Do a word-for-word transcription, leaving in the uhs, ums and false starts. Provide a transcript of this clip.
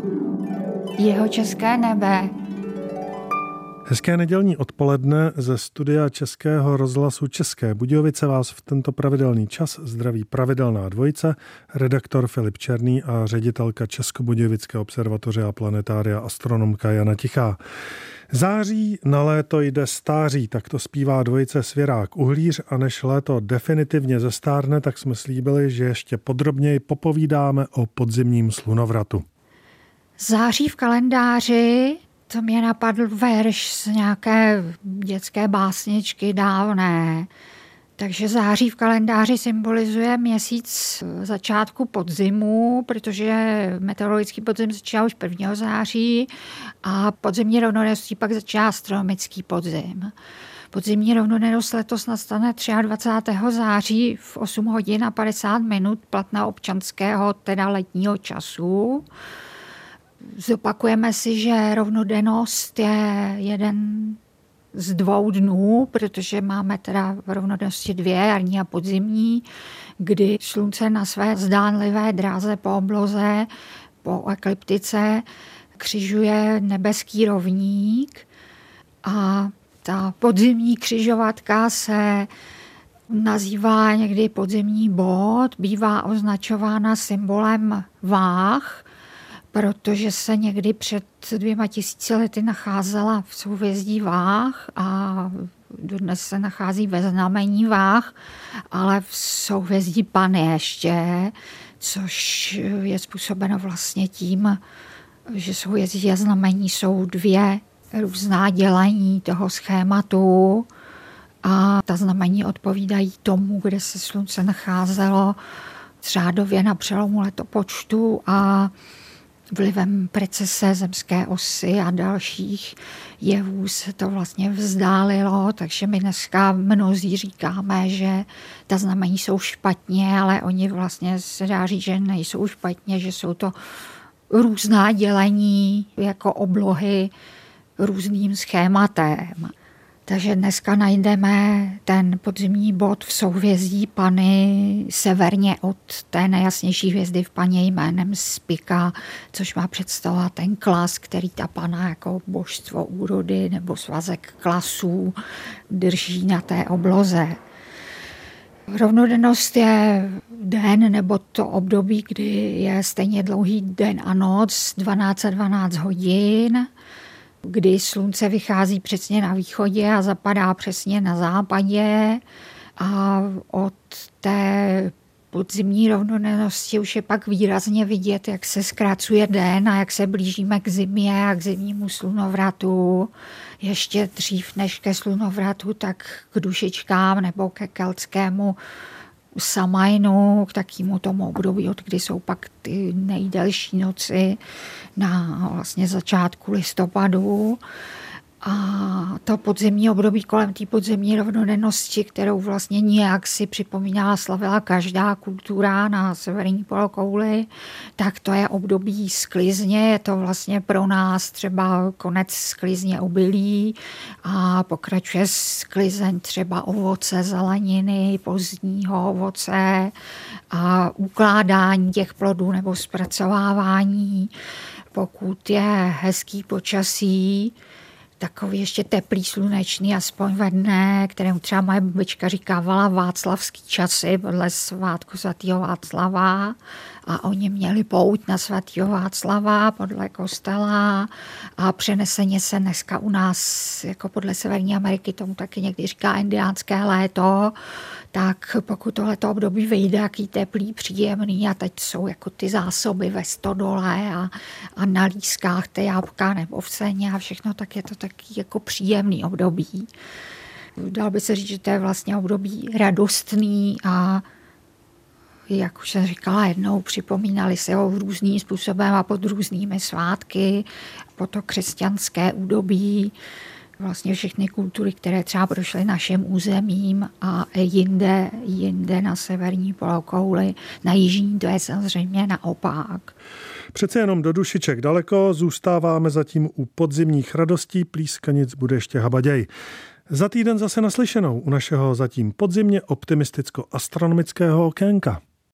Jihočeské nebe. Hezké nedělní odpoledne ze studia Českého rozhlasu České Budějovice vás v tento pravidelný čas zdraví pravidelná dvojice, redaktor Filip Černý a ředitelka Českobudějovické observatoře a planetária astronomka Jana Tichá. Září na léto jde stáří, tak to zpívá dvojice Svěrák Uhlíř, a než léto definitivně zestárne, tak jsme slíbili, že ještě podrobněji popovídáme o podzimním slunovratu. Září v kalendáři, to mě napadl verš z nějaké dětské básničky dávné. Takže září v kalendáři symbolizuje měsíc začátku podzimu, protože meteorologický podzim začíná už prvního září a podzimní rovnodenství pak začíná astronomický podzim. Podzimní rovnodennost letos nastane dvacátého třetího září v osm hodin a padesát minut platna občanského, teda letního času. Zopakujeme si, že rovnodennost je jeden z dvou dnů, protože máme teda v rovnodennosti dvě, jarní a podzimní, kdy slunce na své zdánlivé dráze po obloze, po ekliptice křižuje nebeský rovník a ta podzimní křižovatka se nazývá někdy podzimní bod, bývá označována symbolem váh, protože se někdy před dvěma tisíci lety nacházela v souhvězdí váh a dodnes se nachází ve znamení váh, ale v souhvězdí Pan ještě, což je způsobeno vlastně tím, že souhvězdí a znamení jsou dvě různá dělení toho schématu a ta znamení odpovídají tomu, kde se slunce nacházelo řádově na přelomu letopočtu a vlivem precese zemské osy a dalších jevů se to vlastně vzdálilo, takže my dneska mnozí říkáme, že ta znamení jsou špatně, ale oni vlastně se dá říct, že nejsou špatně, že jsou to různá dělení jako oblohy různým schématem. Takže dneska najdeme ten podzimní bod v souhvězdí Pany severně od té nejjasnější hvězdy v Paně jménem Spica, což má představovat ten klas, který ta Pana jako božstvo úrody nebo svazek klasů drží na té obloze. Rovnodennost je den nebo to období, kdy je stejně dlouhý den a noc, dvanáct a dvanáct hodin, kdy slunce vychází přesně na východě a zapadá přesně na západě a od té podzimní rovnodennosti už je pak výrazně vidět, jak se zkracuje den a jak se blížíme k zimě a k zimnímu slunovratu. Ještě dřív než ke slunovratu, tak k dušičkám nebo ke keltskému Samajnu, k takému tomu období, od kdy jsou pak ty nejdelší noci na vlastně začátku listopadu. A to podzimní období kolem té podzimní rovnodennosti, kterou vlastně nějak si připomínala, slavila každá kultura na severní polokouli, tak to je období sklizně, je to vlastně pro nás třeba konec sklizně obilí a pokračuje sklizeň třeba ovoce, zeleniny, pozdního ovoce a ukládání těch plodů nebo zpracovávání. Pokud je hezký počasí, takový ještě teplý, slunečný, aspoň ve dne, kterému třeba moje babička říkávala václavský časy podle svátku svatého Václava. A oni měli pouť na svatého Václava podle kostela a přeneseně se dneska u nás, jako podle Severní Ameriky, tomu taky někdy říká indiánské léto, tak pokud tohleto období vyjde, jaký teplý, příjemný a teď jsou jako ty zásoby ve stodole a, a na lískách ty jábka nebo v seně a všechno, tak je to taky jako příjemný období. Dal by se říct, že to je vlastně období radostný a jak už jsem říkala jednou, připomínali se ho různým způsobem a pod různými svátky, po to křesťanské údobí, vlastně všechny kultury, které třeba prošly naším územím a jinde, jinde na severní polokouli, na jižní to je samozřejmě naopak. Přece jenom do dušiček daleko, zůstáváme zatím u podzimních radostí, plískanic bude ještě habaděj. Za týden zase naslyšenou u našeho zatím podzimně optimisticko-astronomického okénka.